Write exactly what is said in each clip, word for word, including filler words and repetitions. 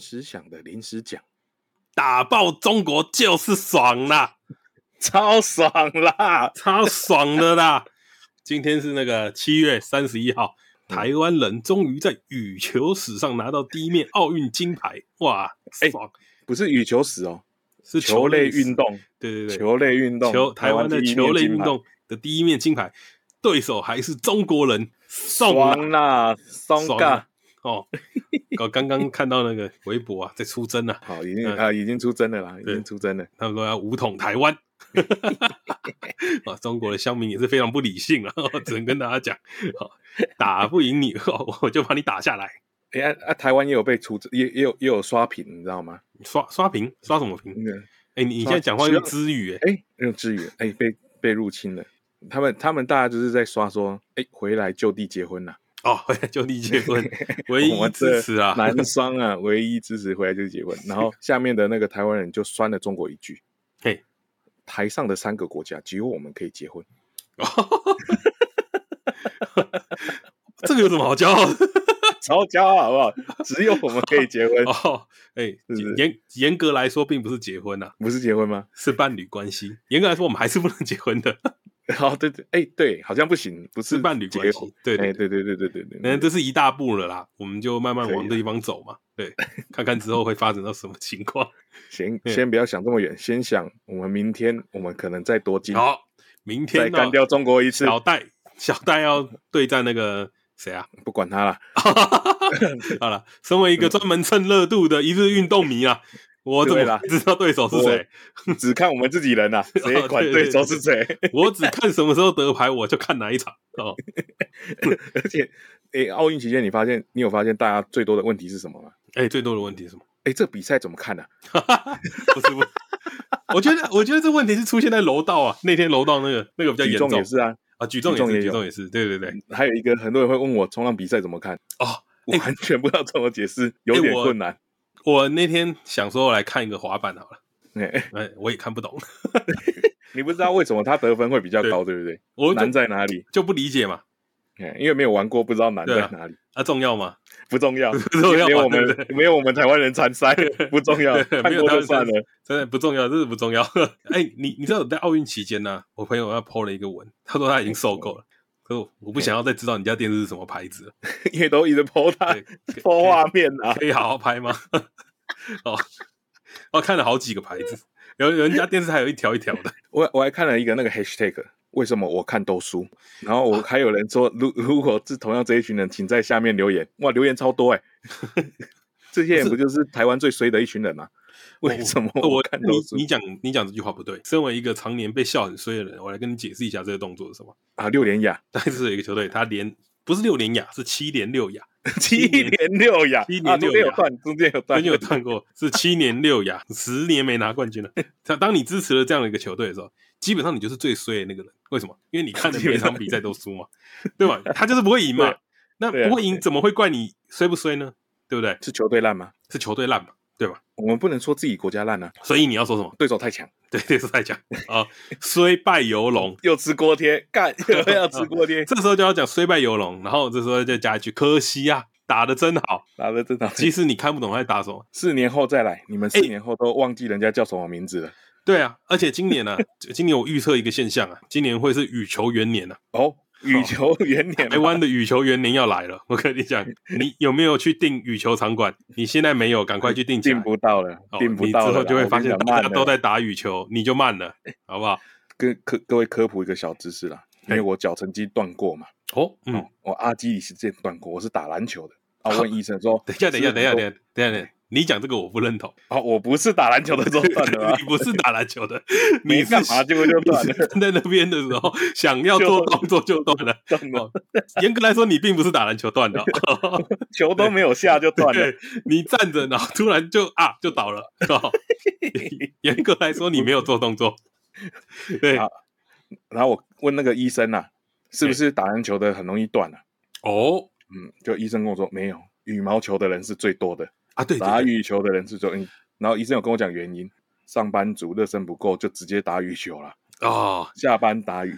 时想的临时讲， 打爆中国就是爽啦， 超爽啦， 超爽的啦！今天是那个七月三十一号，台湾人终于在羽球史上拿到第一面奥运金牌，哇，爽！ 欸、不是羽球史哦， 是球类运动， 对对对， 球类运动， 球台湾的球类运动的第一面金牌，对手还是中国人， 爽啦，爽嘎！ 哦，我刚刚看到那个微博啊，在出征了， 好，已经啊、呃，已经出征了啦，已经出征了。 他们说要武统台湾，啊，中国的乡民也是非常不理性了，只能跟大家讲，打不赢你，我就把你打下来。 哎、欸、啊, 啊，台湾也有被出，也也有也有刷屏，你知道吗？ 刷刷屏，刷什么屏？哎、欸，你现在讲话用支语、欸， 哎、欸，用支语，哎、欸，被被入侵了。他们他们大家就是在刷说，哎、欸，回来就地结婚了。 哦，回来就地结婚，唯一支持啊， 男双啊，唯一支持回来就结婚。然后下面的那个台湾人就酸了中国一句：“ 嘿， 台上的三个国家只有我们可以结婚。” 这个有什么好骄傲的？ 超骄傲好不好？只有我们可以结婚哦。哎，严严格来说，并不是结婚啊， 不是结婚吗？ 是伴侣关系。严格来说，我们还是不能结婚的。 哦，对对，哎、欸，对，好像不行，不是, 是伴侣关系。对对对对对对对对， 那这是一大步了啦，我们就慢慢往这地方走嘛。对，看看之后会发展到什么情况。 先先不要想这么远，先想我们明天我们可能再夺金。 好，明天、 哦、再干掉中国一次。 小戴，小戴要对战那个谁啊？ 不管他了。 好了，身为一个专门蹭热度的一日运动迷啊。我怎么知道对手是谁？ 只看我们自己人啊，谁管对手是谁？ 我只看什么时候得牌，我就看哪一场哦。 而且，诶，奥运期间你发现，你有发现大家最多的问题是什么吗？ 诶，最多的问题是什么？ 诶，这比赛怎么看呢、 啊？不是不是，我觉得，我觉得这问题是出现在柔道啊。那天柔道那个那个比较严重， 举重也是啊， 啊，举重也是，举重也是，对对对。 还有一个，很多人会问我冲浪比赛怎么看哦， 我完全不知道怎么解释，有点困难。 我那天想说，我来看一个滑板好了， 哎、 欸，我也看不懂。 你不知道为什么他得分会比较高， 对, 对不对？ 我难在哪里？ 就不理解嘛。 因为没有玩过，不知道难在哪里。 啊，重要吗？ 不重要， 不重要。 没有我们对对没有我们台湾人参赛，不重要。 没有就算了， 真的不重要，真是不重要。哎、欸，你你知道在奥运期间呢、啊，我朋友要 po 了一个文，他说他已经受够了。可是我不想要再知道你家电视是什么牌子了， 因为都一直 po 它 po 画面啊， 可以好好拍吗？哦，我看了好几个牌子，有人家电视还有一条一条的。 我我还看了一个那个 hashtag， 为什么我看都输？然后我还有人说，如如果是同样这一群人，请在下面留言。哇，留言超多哎、欸！这些人不就是台湾最衰的一群人吗？为什么我看都输？ 你你讲你讲这句话不对。身为一个常年被笑很衰的人，我来跟你解释一下这个动作是什么啊？六连亚， 但是有一个球队，他连不是六连亚，是七连六亚。 七连六亚， 七年六亚， 啊、中间有断，中间有断， 中间有断过，是七年六亚，十年没拿冠军了。当你支持了这样的一个球队的时候，基本上你就是最衰的那个人。为什么？因为你看的每一场比赛都输嘛，对吧？他就是不会赢嘛。那不会赢，怎么会怪你衰不衰呢？对不对？ 是球队烂吗？ 是球队烂嘛，对吧？ 我们不能说自己国家烂啊。 所以你要说什么？ 对手太强， 对，对手太强啊！虽败犹荣， 又吃锅贴，干又要吃锅贴。 这时候就要讲虽败犹荣，然后这时候再加一句可惜啊，打得真好， 打得真好。 即使你看不懂他在打什么， 四年后再来，你们四年后都忘记人家叫什么名字了。欸、 对啊，而且今年呢、啊，今年我预测一个现象啊，今年会是羽球元年啊。 哦。羽球元年， 台湾的羽球元年要来了。我跟你讲，你有没有去订羽球场馆？你现在没有，赶快去订起来。 订不到了，订不到了， 你之后就会发现大家都在打羽球，你就慢了，好不好？ 跟科各位科普一个小知识啦，因为我脚曾经断过嘛。 哦，嗯， 哦我阿基里斯腱断过，我是打篮球的。啊，问医生说， 等一下，等一下，等一下，等一下，等一下。你讲这个我不认同啊、哦！我不是打篮球的时候断的吗？ 你不是打篮球的， 你干嘛结果就断了？ 站在那边的时候，想要做动作就断了。 断了。 严格来说，你并不是打篮球断的、哦， 球都没有下就断了。 你站着，然后突然就啊就倒了。哦、严格来说，你没有做动作。对、 啊。然后我问那个医生啊，是不是打篮球的很容易断啊？ 哦， 嗯，就医生跟我说没有，羽毛球的人是最多的。 啊，对， 打羽球的人是最，然后医生有跟我讲原因，上班族热身不够就直接打羽球了。 哦， 下班打羽球，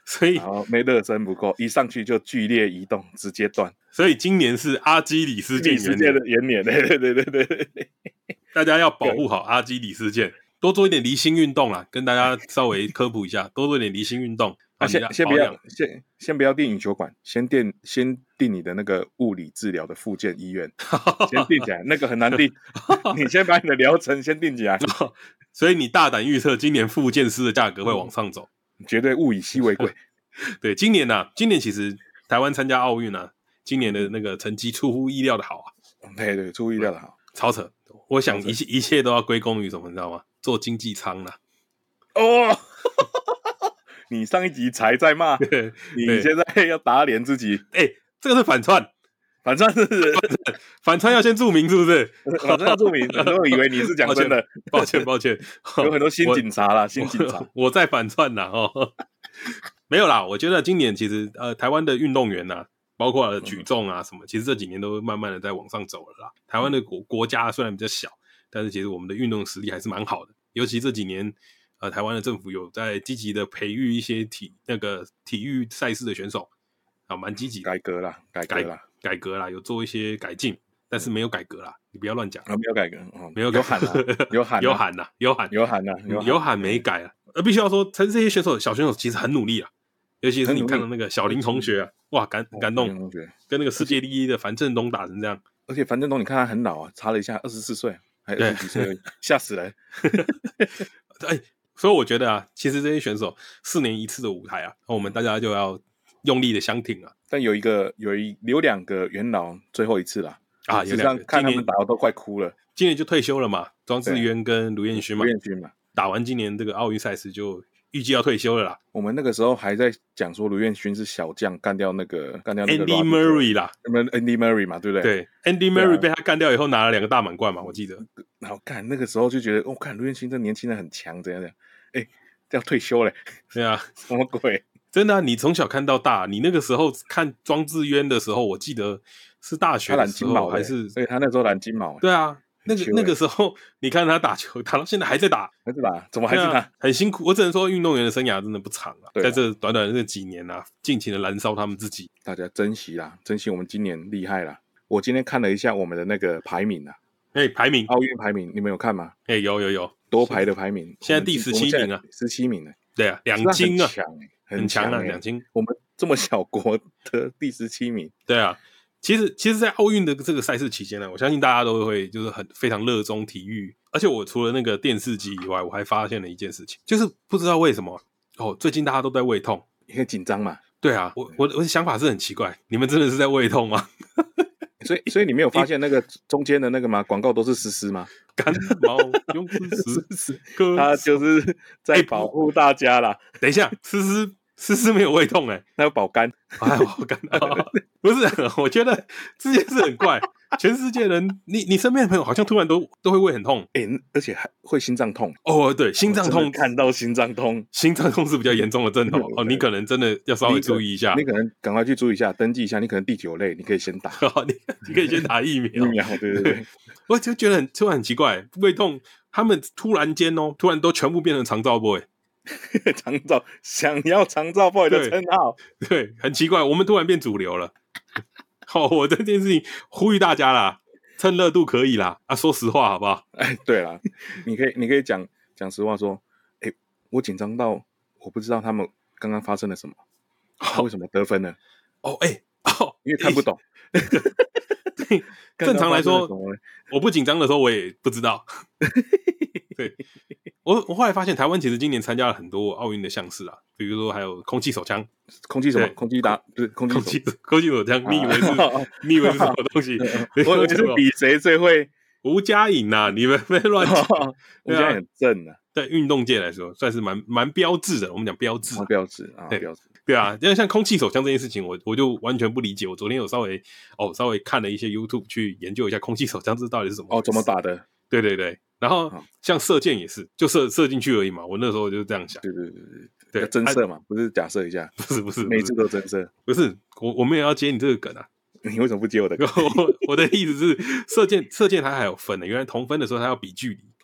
所以然后没热身不够，一上去就剧烈移动，直接断。 所以今年是阿基里斯腱元年的元年，对对对对对对， 大家要保护好阿基里斯腱，多做一点离心运动啦，跟大家稍微科普一下，多做一点离心运动。 啊，先先不要先先不要订羽球馆，先订先订你的那个物理治疗的复健医院，先订起来，那个很难订，你先把你的疗程先订起来。 所以你大胆预测，今年复健师的价格会往上走， 绝对物以稀为贵。 对，今年啊，今年其实台湾参加奥运啊，今年的那个成绩出乎意料的好啊。 对对，出乎意料的好， 超扯。我想一切一切都要归功于什么，你知道吗？做经济舱啦。 哦。你上一集才在骂，你现在要打脸自己。 哎、欸，这个是反串， 反串是反串要先注明，是不是？ 反串要注明，很多人以为你是讲真的。 抱歉，抱歉， 有很多新警察啦，新警察， 我在反串啦哦。没有啦，我觉得今年其实呃，台湾的运动员呐，包括举重啊什么，其实这几年都慢慢的在往上走了啦。台湾的国国家虽然比较小，但是其实我们的运动实力还是蛮好的，尤其这几年。呃，台湾的政府有在积极的培育一些体那个体育赛事的选手啊，蛮积极的。 改革啦，改革啦， 改革啦，有做一些改进，但是没有改革啦，你不要乱讲啊，没有改革，哦、 没有有喊啊，有喊、啊， 有喊呐，有喊， 有喊呐、啊， 有喊没改啊。而必须要说，这些选手小选手其实很努力啊，尤其是你看到那个小林同学啊，哇，感感动， 同学跟那个世界第一的樊振东打成这样， 而且樊振东你看他很老啊，差了一下二十四岁，还二十几岁而已，吓死人。 哎。所以我觉得啊，其实这些选手四年一次的舞台啊，我们大家就要用力的相挺啊。 但有一个有一有两个元老最后一次啦， 啊，有两个看他们打的都快哭了。 今年就退休了嘛，庄智渊跟卢彦勋嘛， 卢彦勋嘛， 打完今年这个奥运赛事就预计要退休了啦。 我们那个时候还在讲说卢彦勋是小将干掉那个干掉那个 Andy Murray 啦 ，Andy Murray 嘛，对不对？ 对 ，Andy Murray 被他干掉以后拿了两个大满贯嘛，我记得。 然后看那个时候就觉得，哦，看卢彦勋这年轻人很强，怎样怎样，哎。要退休嘞， 对啊， 什么鬼？ 真的、啊，你从小看到大，你那个时候看庄智渊的时候，我记得是大学的时候还是？ 所以他那时候染金毛。 对啊，那个那个时候，你看他打球，打到现在还在打， 还在打，怎么还是打、 啊？很辛苦。我只能说，运动员的生涯真的不长啊，在这短短的这几年啊，尽情的燃烧他们自己。 大家珍惜啦，珍惜我们今年厉害啦。我今天看了一下我们的那个排名啊， 哎、欸，排名， 奥运排名，你们有看吗？ 哎、欸，有有有， 多排的排名， 现在第十七名啊， 十七名呢。 对啊，两金啊， 很强啊，两金。 我们这么小国的第十七名， 对啊。其实，其实，在奥运的这个赛事期间呢，我相信大家都会就是很非常热衷体育。而且，我除了那个电视机以外，我还发现了一件事情，就是不知道为什么哦，最近大家都在胃痛， 因为紧张嘛。 对啊，我我我的想法是很奇怪，你们真的是在胃痛吗？ 所以，所以你没有发现那个中间的那个吗？广告都是丝丝吗？ 感冒用丝丝， 他就是在保护大家啦。 欸、等一下，丝丝丝丝没有胃痛哎、欸， 他有保肝， 哎，保肝、哦、不是？我觉得这件事很怪，全世界人，你你身边的朋友好像突然都都会胃很痛， 哎、欸，而且还会心脏痛哦。对，心脏痛， 看到心脏痛， 心脏痛是比较严重的症头哦。你可能真的要稍微注意一下， 你可能赶快去注意一下，登记一下。你可能第九类，你可以先打， 你你可以先打疫苗。 疫苗，对对对。 我就觉得很突然很奇怪，胃痛，他们突然间哦，突然都全部变成长照 boy。 长照想要长照 boy 的称号， 对，很奇怪，我们突然变主流了。好、哦，我这件事情呼吁大家啦，趁热度可以啦，啊，说实话好不好？ 哎，对啦，你可以，你可以讲讲实话说，哎，我紧张到我不知道他们刚刚发生了什么，他为什么得分了？ 哦，哎，哦， 因为看不懂。 对，正常来说，我不紧张的时候我也不知道。对，我我后来发现台湾其实今年参加了很多奥运的项事啊，比如说还有空气手枪， 空气什么？空气打不是空气空气空气手枪，你以为是你以为是什么东西？ 我我就是比谁最会。 吴佳颖呐，你们别乱讲。 吴佳颖很正啊， 在运动界来说算是蛮蛮标志的。我们讲标志， 标志啊，标志。 对啊，因为像空气手枪这件事情，我我就完全不理解。我昨天有稍微哦稍微看了一些 YouTube 去研究一下空气手枪这到底是什么哦，怎么打的？ 对对对，然后像射箭也是，就射射进去而已嘛。我那时候就是这样想。 对对对对，对真射嘛，不是假设一下， 不是不是， 每次都真射。 不是，我我们也要接你这个梗啊。 你为什么不接我的梗？ 我我的意思是，射箭射箭它还有分的，原来同分的时候它要比距离。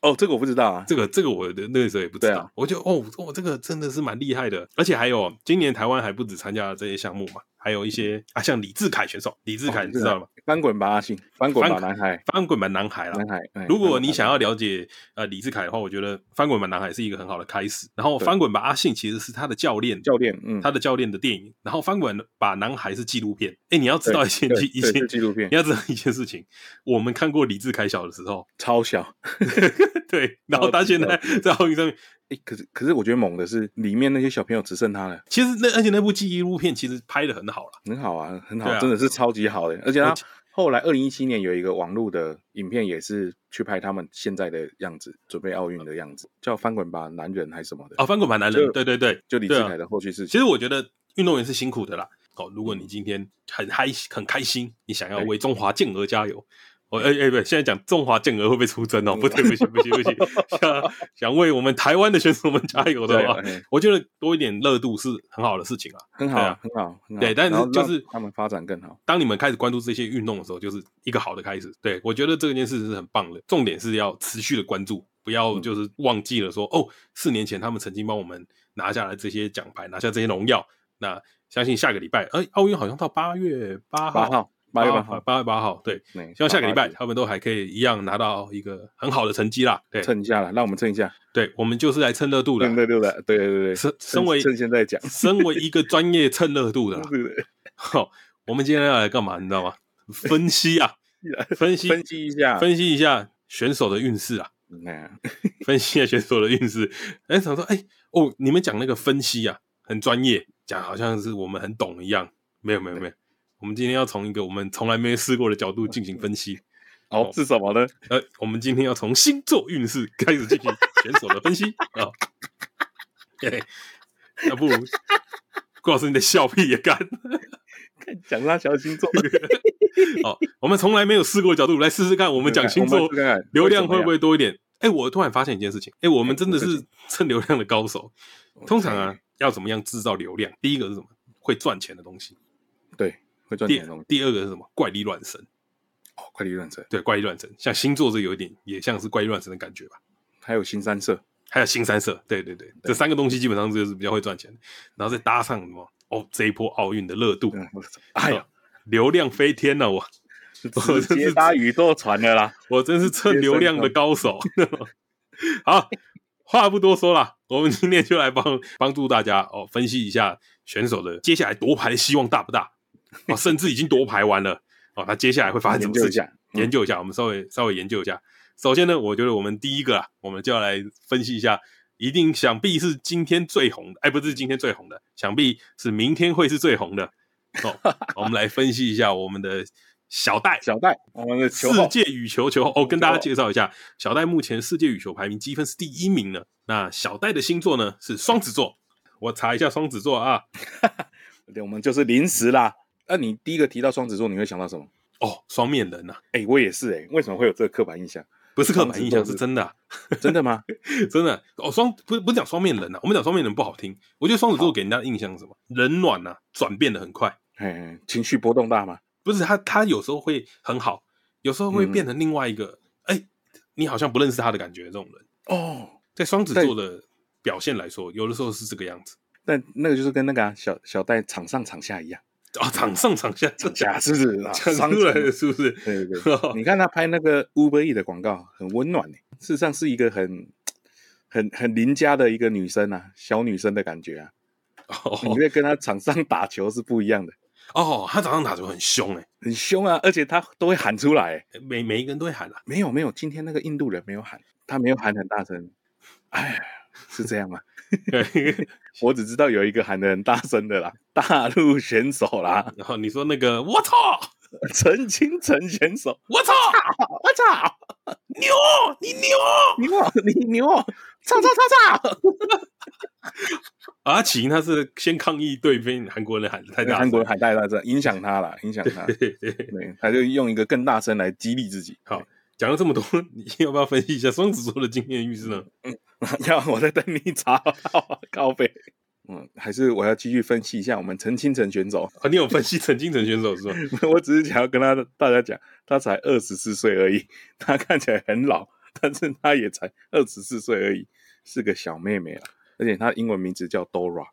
哦，这个我不知道啊， 这个这个我的那个时候也不知道，啊、我就哦哦，这个真的是蛮厉害的，而且还有今年台湾还不止参加了这些项目嘛，还有一些啊，像李智凯选手，李智凯、哦、你知道了吗？ 翻滚吧阿信，翻滚吧男孩， 翻滚吧男孩啦。 男孩， 如果你想要了解呃李智凯的话，我觉得翻滚吧男孩是一个很好的开始。然后翻滚吧阿信其实是他的教练， 教练，嗯， 他的教练的电影。然后翻滚吧男孩是纪录片。哎，你要知道一件一件纪录片， 你要知道一件事情，我们看过李智凯小的时候， 超小， 对，然后他现在在奥运上面。 欸、可是可是我觉得猛的是里面那些小朋友只剩他了。 其实那而且那部纪录片其实拍得很好啦， 很好啊，很好，啊、真的是超级好的。而且他后来二零一七年有一个网络的影片，也是去拍他们现在的样子，准备奥运的样子，叫翻滚吧男人还是什么的。 哦，翻滚吧男人，对对对， 就李智凯的后续事情。 其实我觉得运动员是辛苦的啦。哦，如果你今天很嗨很开心，你想要为中华健儿加油。哦，哎哎，不，现在讲中华健儿会不会出征哦？不对，不行，不行，不行。想想为我们台湾的选手们加油的话，我觉得多一点热度是很好的事情啊， 很好，啊、很好，很好。 对，但是就是他们发展更好。 当你们开始关注这些运动的时候，就是一个好的开始。对，我觉得这件事是很棒的。重点是要持续的关注，不要就是忘记了说，嗯、哦，四年前他们曾经帮我们拿下来这些奖牌，拿下这些荣耀。那相信下个礼拜，哎，奥运好像到八月八号。 八号八月八号， 八月八号，对，希望下个礼拜他们都还可以一样拿到一个很好的成绩啦。对， 蹭一下啦，让我们蹭一下。 对，我们就是来蹭热度的， 蹭热度的，对对对对。 身身为趁现在讲， 身为一个专业蹭热度的啦，好，我们今天要来干嘛？你知道吗？分析啊，分析分析一下， 分析一下选手的运势啊，分析一下选手的运势。哎，想说，哎，哦，你们讲那个分析啊，很专业，讲好像是我们很懂一样。没有没有没有。我们今天要从一个我们从来没试过的角度进行分析。 哦，是什么呢？ 呃，我们今天要从星座运势开始进行选手的分析啊。对，那不如顾老师你的笑屁也干， 讲他小星座。 好，我们从来没有试过的角度来试试看，我们讲星座流量会不会多一点？哎，我突然发现一件事情，哎，我们真的是蹭流量的高手。通常啊，要怎么样制造流量？第一个是什么？会赚钱的东西。 对。会赚钱的东西。 第二个是什么？怪力乱神。 哦，怪力乱神。 对，怪力乱神，像星座这有一点也像是怪力乱神的感觉吧。 还有新三色， 还有新三色，对对 对, 对，这三个东西基本上就是比较会赚钱，然后再搭上什么哦，这一波奥运的热度，嗯、哎呀，流量飞天了、啊，我直接搭宇宙船了啦！ 我真是蹭流量的高手。好，话不多说啦，我们今天就来帮帮助大家哦，分析一下选手的接下来夺牌的希望大不大。哦，甚至已经夺牌完了哦，那接下来会发生什么事情？研究一下，嗯、研究一下我们稍微稍微研究一下。首先呢，我觉得我们第一个啊，我们就要来分析一下，一定想必是今天最红的，哎，不是今天最红的，想必是明天会是最红的。哦，我们来分析一下我们的小戴， 小戴，我们的世界羽球球后哦，跟大家介绍一下，小戴目前世界羽球排名积分是第一名呢。那小戴的星座呢是双子座，我查一下双子座啊， 对，我们就是临时啦。那、啊、你第一个提到双子座，你会想到什么？ 哦，双面人呐、啊！ 哎、欸，我也是哎、欸，为什么会有这个刻板印象？ 不是刻板印象，是真的、啊， 真的吗？ 真的哦，双不不是讲双面人呐、啊，我们讲双面人不好听。我觉得双子座给人家的印象是什么？人暖呐、啊，转变得很快， 嘿，情绪波动大吗？ 不是，他他有时候会很好，有时候会变成另外一个，哎、嗯欸，你好像不认识他的感觉，这种人哦， 在双子座的表现来说，有的时候是这个样子。 但那个就是跟那个、啊、小小戴场上场下一样。 哦，场上场下场下是不是讲出来的是不是？ 对对对，你看他拍那个 Uber E 的广告，很温暖诶，事实上是一个很很很邻家的一个女生啊，小女生的感觉啊。哦，你会跟他场上打球是不一样的。 哦，他场上打球很凶诶， 很凶啊，而且他都会喊出来， 每每一个人都会喊啊。 没有没有，今天那个印度人没有喊，他没有喊很大声。哎，是这样吗？我只知道有一个喊得很大声的啦，大陆选手啦。 然后你说那个我操， 陈清晨选手， 我操， 我操， 牛，你牛， 牛，你牛，操操操操！ 阿奇他是先抗议对面韩国人喊太大声， 韩国人喊太大声，影响他了，影响他。对对对，他就用一个更大声来激励自己。 好。讲了这么多，你要不要分析一下双子座的今天运势呢？ 嗯，要我在等你查靠北。嗯，还是我要继续分析一下我们陈清晨选手。 啊，你有分析陈清晨选手是吧？ 我只是想要跟他大家讲，他才二十四岁而已，他看起来很老， 但是她也才二十四岁而已，是个小妹妹啦，而且她英文名字叫 Dora。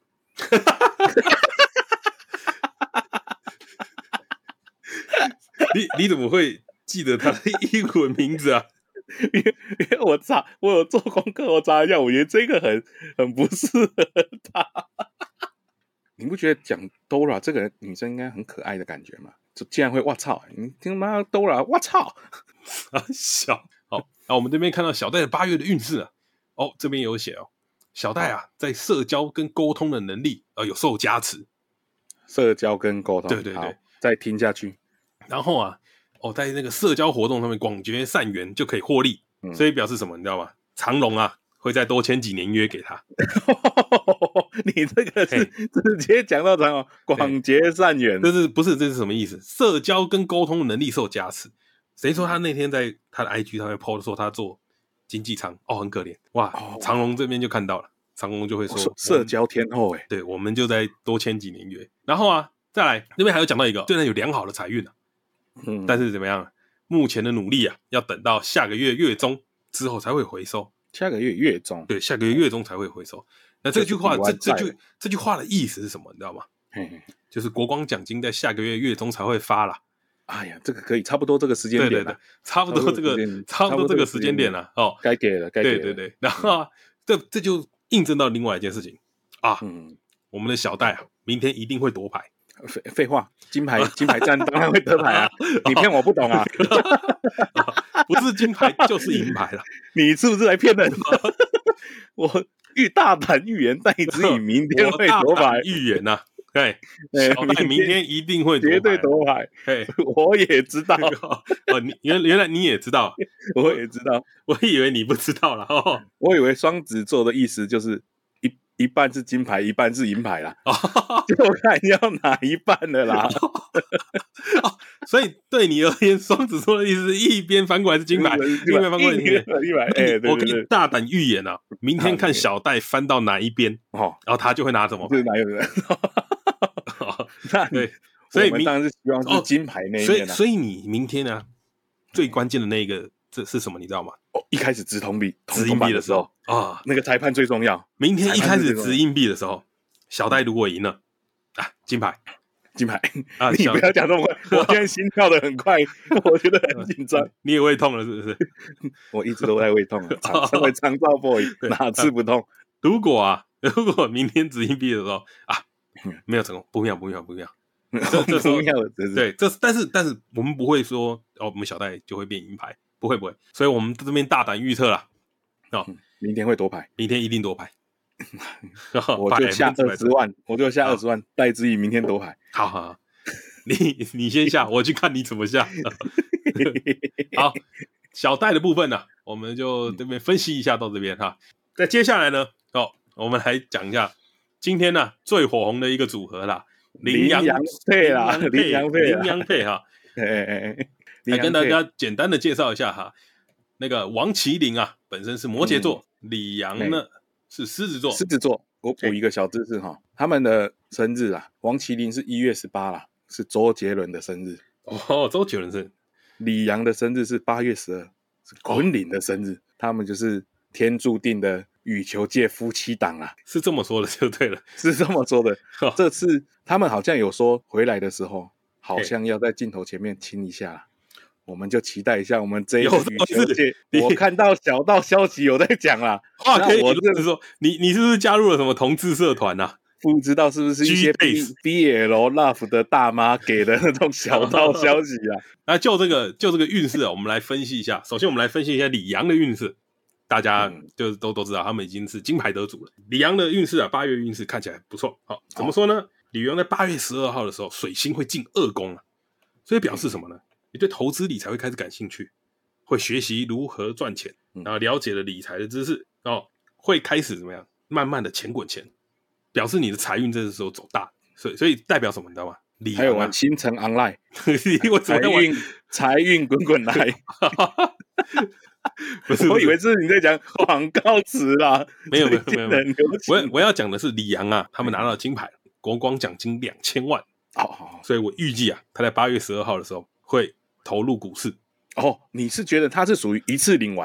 你你怎么会记得她的英文名字啊？ 因为因为我查，我有做功课，我查一下，我觉得这个很很不适合她。你不觉得讲 Dora 这个女生应该很可爱的感觉吗？就竟然会哇操！你听妈 Dora 哇操！ 啊小好，那我们这边看到小戴的八月的运势啊，哦这边有写哦，小戴啊在社交跟沟通的能力呃有受加持， 社交跟沟通， 对对对， 好，再听下去。 然后啊哦在那个社交活动上面广结善缘就可以获利，嗯、所以表示什么你知道吗？长荣啊会再多签几年约给他。 你这个是直接讲到长荣广结善缘， 这是不是这是什么意思？社交跟沟通能力受加持。谁说他那天在他的 I G 上面 po 说他做经济舱哦，很可怜哇！哦、长荣这边就看到了，长荣就会说社交天后哎， 对，我们就再多签几年约。然后啊，再来那边还有讲到一个，虽然有良好的财运啊，嗯，但是怎么样？目前的努力啊，要等到下个月月中之后才会回收。 下个月月中， 对，下个月月中才会回收。那这句话，这这句这句话的意思是什么？你知道吗？嘿嘿就是国光奖金在下个月月中才会发啦。 哎呀，这个可以差不多这个时间点， 对对对，差不多这个差不多这个时间点了哦， 该给了，该给了， 对对对。然后啊，这这就印证到另外一件事情啊，嗯，我们的小戴啊，明天一定会夺牌。 废废话，金牌金牌战当然会得牌啊！你骗我不懂啊？ 不是金牌就是银牌了， 你是不是来骗人？我预大胆预言戴资颖明天会夺牌， 预言呐，对，小戴明天一定会绝对夺牌。我也知道哦，你原原来你也知道， 我也知道， 我以为你不知道了哦。 我以为双子座的意思就是一一半是金牌，一半是银牌啦。就看要哪一半的啦。 所以对你而言，双子座的意思是一边翻过来是金牌，另外翻过来是银牌。我可以大胆预言啊，明天看小戴翻到哪一边，然后他就会拿什么牌。 就是哪有人？ 对，所以我们当然是希望是金牌那一面。 所以，所以你明天呢，最关键的那个这是什么？你知道吗？ 哦，一开始掷铜币、 掷硬币的时候啊，那个裁判最重要。 明天一开始掷硬币的时候，小戴如果赢了啊，金牌。 金牌啊！你不要讲这么快，我现在心跳的很快，我觉得很紧张。 你也胃痛了是不是？ 我一直都在胃痛啊，身为长照 boy 哪次不痛？ 如果啊，如果明天掷硬币的时候啊，没有成功，不妙不妙不妙， 这这不妙的， 对，这但是但是我们不会说哦，我们小戴就会变银牌，不会不会，所以我们这边大胆预测啦，哦， 明天会夺牌， 明天一定夺牌。 我就下二十万，我就下二十万，戴资颖明天夺牌。 好好好，你你先下，我去看你怎么下。好，小戴的部分呢、啊，我们就这边分析一下到这边哈。在接下来呢，哦，我们来讲一下今天呢、啊、最火红的一个组合啦， 羚羊配啦，羚羊配， 羚羊配哈。来跟大家简单的介绍一下哈，那个王麒麟啊，本身是摩羯座，嗯、李阳呢。是狮子座， 狮子座。我补一个小知识哈，他们的生日啊，王麒麟是一月十八啦，是周杰伦的生日。 哦，周杰伦是。 李阳的生日是八月十二，是昆凌的生日。哦、他们就是天注定的羽球界夫妻档啊， 是这么说的就对了， 是这么说的。哦、这次他们好像有说回来的时候，好像要在镜头前面亲一下啦。我们就期待一下，我们这一个羽球界，我看到小道消息有在讲啦。 话可以就是说，你你是不是加入了什么同志社团啊？ 不知道是不是一些 B, B L Love 的大妈给的那种小道消息啊？ 那就这个就这个运势啊，我们来分析一下。首先，我们来分析一下李阳的运势，大家就都都知道，他们已经是金牌得主了。李阳的运势啊，八月运势看起来不错。好，怎么说呢？李阳在八月十二号的时候，水星会进二宫啊，所以表示什么呢？你对投资理财会开始感兴趣，会学习如何赚钱，然后了解了理财的知识，然后会开始怎么样，慢慢的钱滚钱，表示你的财运这个时候走大，所以所以代表什么你知道吗？李阳、啊、 还有玩星辰 online， 财运财运滚滚来。不是，我以为是你在讲广告词啦。 没有没有没有，没有我我要讲的是李阳啊，他们拿到金牌，国光奖金两千万。 哦， 所以我预计啊，他在八月十二号的时候会投入股市。 哦，你是觉得他是属于一次领完？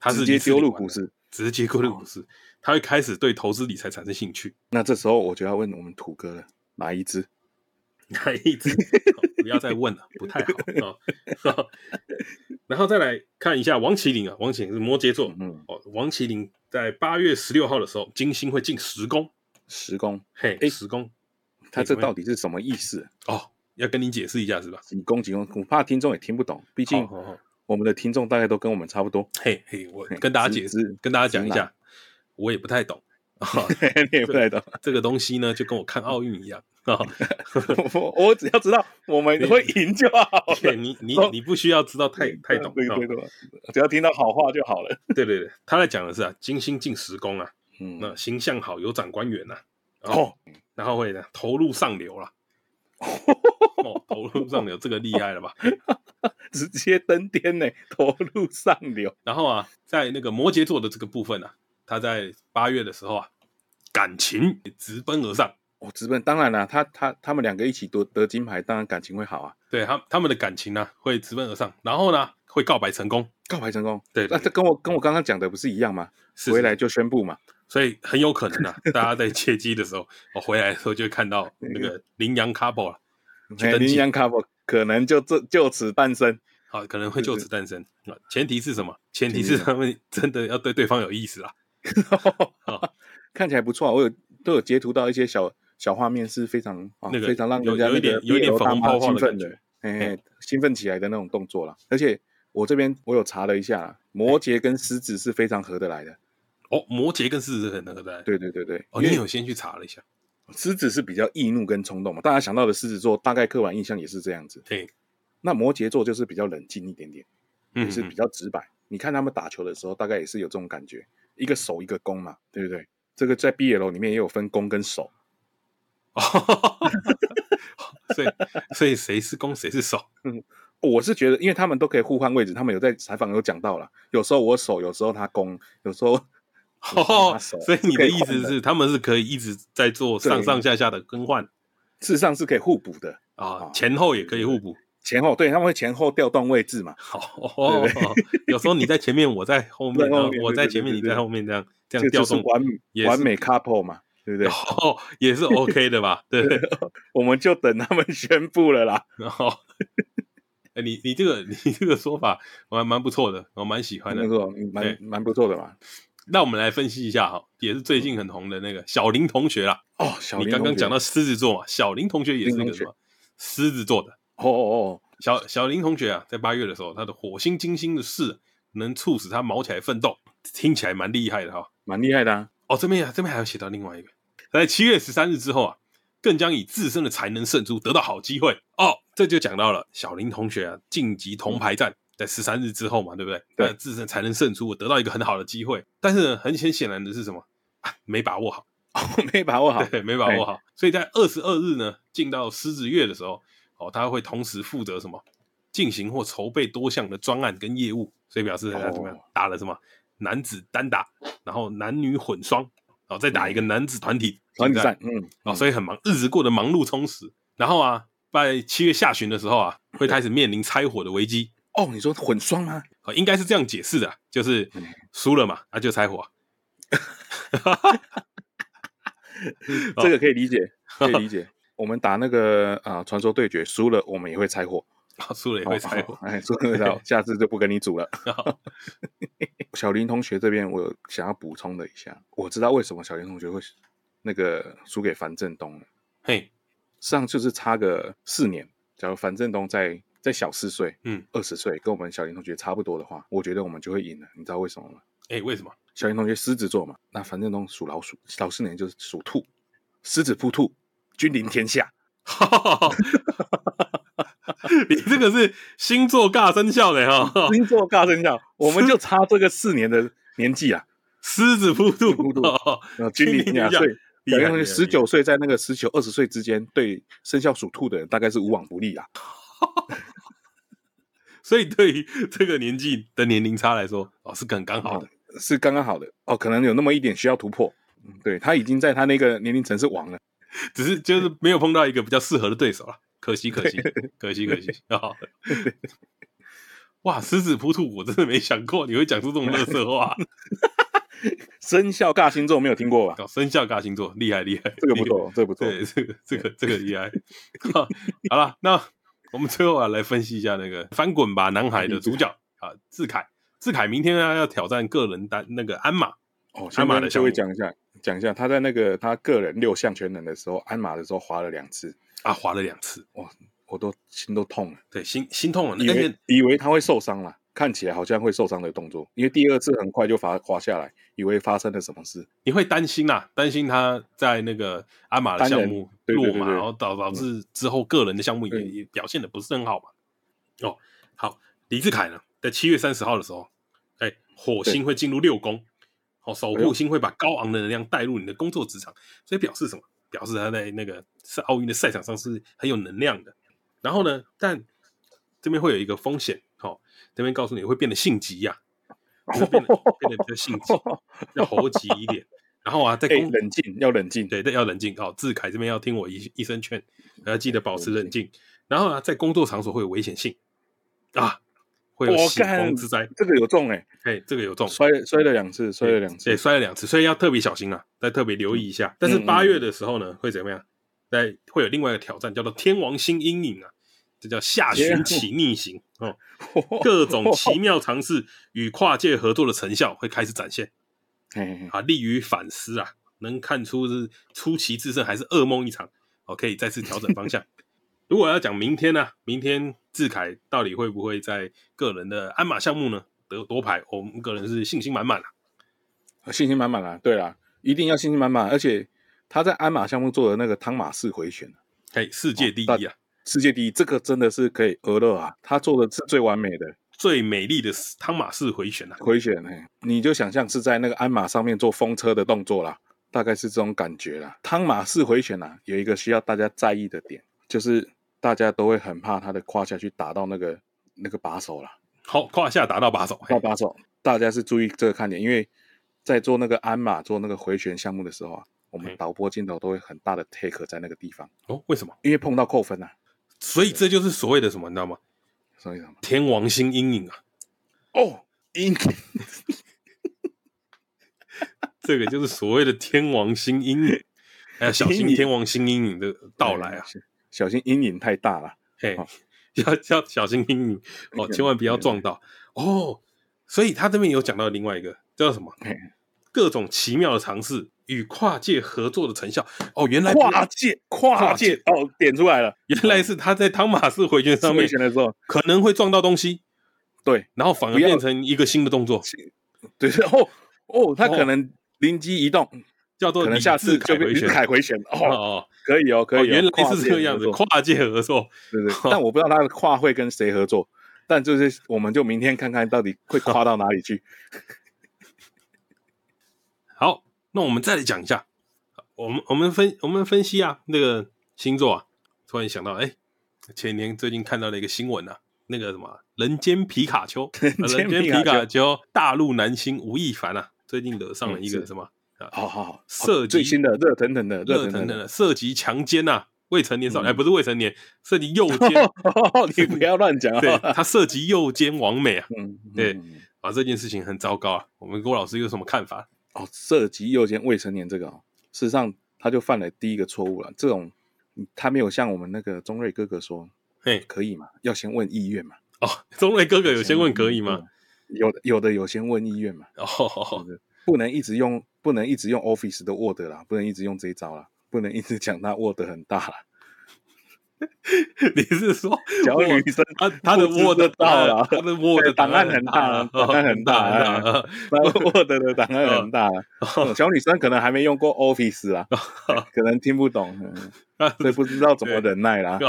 他是直接丢入股市， 直接丢入股市，他会开始对投资理财产生兴趣。 那这时候我就要问我们土哥了，哪一支？ 哪一支？不要再问了，不太好哦。然后再来看一下王麒麟啊，王麒麟是摩羯座，嗯哦，王麒麟在八月十六号的时候，金星会进十宫， 十宫， 嘿，十宫， 他这到底是什么意思？ 哦，要跟你解释一下是吧？ 几宫几宫，我怕听众也听不懂，毕竟我们的听众大概都跟我们差不多。 嘿嘿，我跟大家解释，跟大家讲一下，我也不太懂。 你也不太懂这个东西呢，就跟我看奥运一样啊。 我我只要知道我们会赢就好了。 你你你不需要知道太太懂， 对对对，只要听到好话就好了。 对对对，他在讲的是啊，金星进十宫啊，嗯，那形象好，有长官员呐，哦，然后会呢投入上流了。哦，投入上流，这个厉害了吧？ 直接登天呢，投入上流。 然后啊，在那个摩羯座的这个部分啊，他在八月的时候啊，感情直奔而上。 哦，直奔，当然了，他他他们两个一起得得金牌，当然感情会好啊。 对，他他们的感情呢、啊、会直奔而上，然后呢会告白成功， 告白成功。 对， 那这跟我跟我刚刚讲的不是一样吗？ 是回来就宣布嘛。 所以很有可能啊，大家在切机的时候，我回来的时候就会看到那个羚羊 couple 了、 啊，羚羊 couple 可能就这就此诞生。 好，可能会就此诞生啊。前提是什么？前提是他们真的要对对方有意思啦。 看起来不错、啊，我有都有截图到一些小小画面，是非常、啊那个非常让人家有一点有一点粉红泡泡的感觉， 哎，兴奋起来的那种动作啦。而且我这边我有查了一下，摩羯跟狮子是非常合得来的。 哦，摩羯跟狮子很合得来。 对对对对， 哦，你有先去查了一下。 狮子是比较易怒跟冲动嘛，大家想到的狮子座大概刻板印象也是这样子。 对， 那摩羯座就是比较冷静一点点， 也是比较直白。嗯、你看他们打球的时候，大概也是有这种感觉，一个守一个攻嘛，对不对？这个在 B L 里面也有分攻跟守。 所以所以谁是攻谁是守？ 嗯，我是觉得，因为他们都可以互换位置，他们有在采访有讲到了，有时候我守，有时候他攻，有时候。 哦，所以你的意思是，他们是可以一直在做上上下下的更换， 事实上是可以互补的啊、哦，前后也可以互补， 前后对，他们会前后调动位置嘛。 好、哦，有时候你在前面，我在后面，然后我在前面，你在后面，这样这样调动， 完完美 couple 嘛，对不对？ 哦，也是 OK 的吧？对， 我们就等他们宣布了啦。 然后，哎，你你这个你这个说法我还蛮不错的，我蛮喜欢的， 没错，蛮蛮不错的嘛。 那我们来分析一下哈，也是最近很红的那个小林同学啦。 哦，小林同学， 你刚刚讲到狮子座嘛，小林同学也是一个什么狮子座的。 哦哦哦， 小小林同学啊，在八月的时候，他的火星金星的事能促使他毛起来奋斗，听起来蛮厉害的哈， 蛮厉害的啊。 哦，这边啊，这边还有写到另外一个，在七月十三日之后啊，更将以自身的才能胜出，得到好机会哦。这就讲到了小林同学啊，晋级铜牌战。嗯在十三日之后嘛，对不对？对，自身才能胜出，我得到一个很好的机会。但是呢，很很显然的是什么？啊、没把握好， 哦，没把握好， 对，没把握好。所以在二十二日呢，进到狮子月的时候，哦，他会同时负责什么？进行或筹备多项的专案跟业务，所以表示他怎么样、哦、打了什么男子单打，然后男女混双，哦，再打一个男子团体团体战，嗯， 哦，所以很忙，日子过得忙碌充实。然后啊，在七月下旬的时候啊，会开始面临拆伙的危机。 哦，你说混双吗？ 哦，应该是这样解释的，就是输了嘛，那、啊、就拆伙。 这个可以理解，可以理解。我们打那个啊传说对决输了，我们也会拆伙， 哦、输了也会拆伙。 哎，输了下次就不跟你组了。小林同学这边，我有想要补充的一下，我知道为什么小林同学会那个输给樊振东了。 嘿， 实际上就是差个四年，假如樊振东在。再小四岁，嗯，二十岁，跟我们小林同学差不多的话，我觉得我们就会赢了。你知道为什么吗？ 哎、欸，为什么？ 小林同学狮子座嘛，那樊振东属老鼠，老四年就是属兔，狮子扑兔，君临天下。 你这个是星座尬生肖的哈， 星座尬生肖，我们就差这个四年的年纪啊。 狮子扑兔， 扑兔，君临天下。所以小林同学十九岁，在那个十九、二十岁之间，对生肖属兔的人大概是无往不利啊。 所以对于这个年纪的年龄差来说，哦，是很刚好的， 哦、是刚刚好的哦，可能有那么一点需要突破。嗯，对，他已经在他那个年龄层是王了， 只是就是没有碰到一个比较适合的对手了，可惜可惜可惜可惜啊！ 哇，食指扑兔，我真的没想过你会讲出这种垃圾话。 生肖尬星座没有听过吧？ 搞生肖尬星座，厉害厉害， 这个不错，这个不错。 对，这个这个这个厉害。好了，那我们最后啊来分析一下那个翻滚吧男孩的主角啊，志凯。志凯明天啊要挑战个人单那个鞍马。 哦，鞍马的就会讲一下，讲一下他在那个他个人六项全能的时候，鞍马的时候滑了两次啊，滑了两次， 哇，我都心都痛了， 对，心心痛了， 以为以为他会受伤了。看起来好像会受伤的动作，因为第二次很快就滑滑下来，以为发生了什么事。 你会担心啦，担心他在那个鞍马的项目落马， 对对对对， 然后导导致之后个人的项目也、嗯、也表现的不是很好嘛。哦，好，李志凯呢，在七月三十号的时候，哎，火星会进入六宫，哦，守护星会把高昂的能量带入你的工作职场，所以表示什么？表示他在那个奥运的赛场上是很有能量的。然后呢，但这边会有一个风险。哦，这边告诉你会变得性急呀、啊，会变得变得比较性急，要猴急一点。然后啊，在公、 欸、冷静，要冷静， 对，要冷静。哦，志凯这边要听我一一声劝，要记得保持冷静。然后啊，在工作场所会有危险性啊，会有血光之灾。 这个有中哎、 欸，哎，这个有中， 摔摔了两次，摔了两次， 对，摔了两次，所以要特别小心啊，再特别留意一下。嗯、但是八月的时候呢，会怎么样？在会有另外一个挑战，叫做天王星阴影啊。这叫下旬期逆行哦，各种奇妙尝试与跨界合作的成效会开始展现，啊，利于反思啊，能看出是出奇制胜还是噩梦一场，哦，可以再次調整方向。如果要講明天呢、啊，明天志凱到底會不會在個人的鞍馬項目呢得奪牌？我們個人是信心滿滿啊，信心滿滿啊，對啦，一定要信心滿滿，而且他在鞍馬項目做的那個湯馬式回旋， 嘿，世界第一啊！ 哦世界第一，这个真的是可以俄勒啊！他做的是最完美的、 最美丽的汤马式回旋啊！ 回旋，嘿，你就想象是在那个鞍马上面做风车的动作啦，大概是这种感觉啦。汤马式回旋啊，有一个需要大家在意的点，就是大家都会很怕他的胯下去打到那个那个把手啦。 好，胯下打到把手， 到把手，大家是注意这个看点，因为在做那个鞍马做那个回旋项目的时候啊，我们导播镜头都会很大的 take 在那个地方。 哦，为什么？ 因为碰到扣分啊。 所以这就是所谓的什么，你知道吗？ 所以什么？ 天王星阴影啊！ 哦，阴影， 这个就是所谓的天王星阴影，哎，小心天王星阴影的到来啊！ 小心阴影太大了， 嘿，哦、要要小心阴影哦，千万不要撞到哦。所以他这边有讲到另外一个叫什么？各种奇妙的尝试。与跨界合作的成效哦，原来跨界跨界哦，点出来了， 原来是他在汤马士回旋上面的时候可能会撞到东西， 对， 然后反而变成一个新的动作， 对哦哦，他可能灵机一动， 叫做可能下次就变李凯回旋哦哦，可以哦，可以哦， 原来是这个样子，跨界合作， 对对，但我不知道他的跨会跟谁合作，但就是我们就明天看看到底会跨到哪里去。 好。那我们再来讲一下，我们我们分我们分析啊，那个星座啊，突然想到，哎，前年最近看到了一个新闻啊，那个什么人间皮卡丘，人间皮卡丘大陆男星吴亦凡啊，最近惹上了一个什么？ 好好好， 涉及最新的热腾腾的热腾腾的涉及强奸啊，未成年少女，哎，不是未成年，涉及诱奸， 你不要乱讲啊！ 对，他涉及诱奸王美啊，对，啊，这件事情很糟糕啊，我们郭老师有什么看法？ 哦，涉及诱奸未成年这个哦，事实上他就犯了第一个错误了。这种他没有像我们那个钟瑞哥哥说， 嘿， 可以嘛？要先问意愿嘛。 哦，钟瑞哥哥有先问可以吗？ 有的有的有先问意愿嘛。 哦， 不能一直用，不能一直用 Office 的 Word 啦，不能一直用这一招啦，不能一直讲他 Word 很大啦。 你是说小女生他他的 Word 到了， 他的 Word 档案很大，档案很大，Word 的档案很大。小女生可能还没用过 Office 啊，可能听不懂，所以不知道怎么忍耐啦。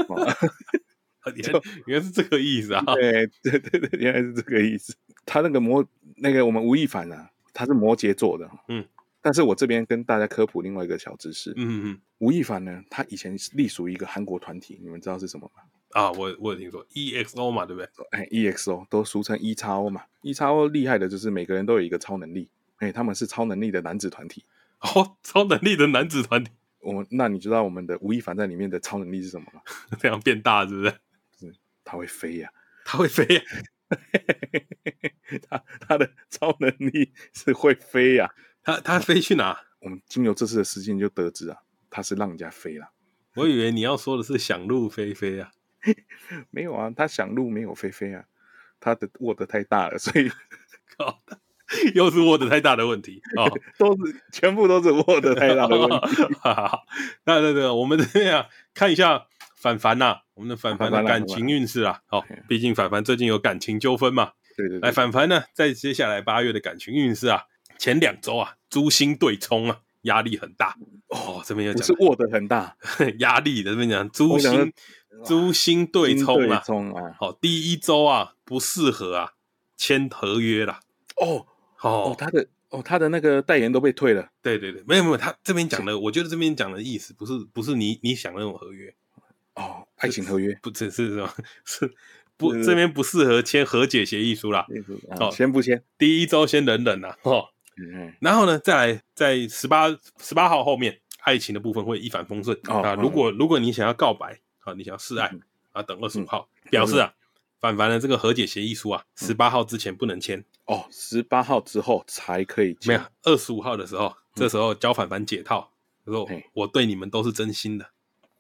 原来是这个意思啊！ 对对对对，原来是这个意思。他那个摩那个我们吴亦凡啊，他是摩羯座的，嗯。但是我这边跟大家科普另外一个小知识，嗯嗯，吴亦凡呢，他以前隶属于一个韩国团体，你们知道是什么吗？ 啊，我我有听说 E X O 嘛，对不对？ 哎 ，E X O 都俗称 E X O 嘛 ，E X O 厉害的就是每个人都有一个超能力，哎，他们是超能力的男子团体。 哦，超能力的男子团体。 我们那你知道我们的吴亦凡在里面的超能力是什么吗？ 这样变大是不是？ 是，他会飞呀、 啊，他会飞呀、啊。 他他的超能力是会飞呀、啊， 他他飞去哪？ 我们经由这次的事件就得知啊，他是让人家飞了。 我以为你要说的是想入非非啊。 没有啊，他想入没有飞飞啊，他的握得太大了，所以靠，又是握得太大的问题哦， 都是全部都是握得太大的问题。 那那那，我们这样、啊、看一下凡凡呐、啊，我们的凡凡的感情运势啊。好、哦，毕竟凡凡最近有感情纠纷嘛。 对对对。 来，凡凡呢，在接下来八月的感情运势啊，前两周啊，诸星对冲啊，压力很大。哦，这边有讲， 不是握得很大， 压力的这边讲诸星诸星对冲啊。 冲啊， 好、哦，第一周啊不适合啊签合约啦。 哦哦哦，他的哦他的那个代言都被退了。 对对对，没有没有，他这边讲的，我觉得这边讲的意思不是不是你你想的那种合约。 哦，爱情合约不只是什么是不这边不适合签和解协议书啦。 哦，先不签， 第一周先忍忍啦。哦，嗯，然后呢，再来在十八十八号后面，爱情的部分会一帆风顺、哦、啊。如果如果你想要告白啊，你想要示爱、嗯、啊，等二十五号、嗯、表示啊，凡凡的这个和解协议书啊，十八号之前不能签、嗯、 哦，十八号之后才可以签。 没有，二十五号的时候，嗯、这时候教凡凡解套，说我对你们都是真心的。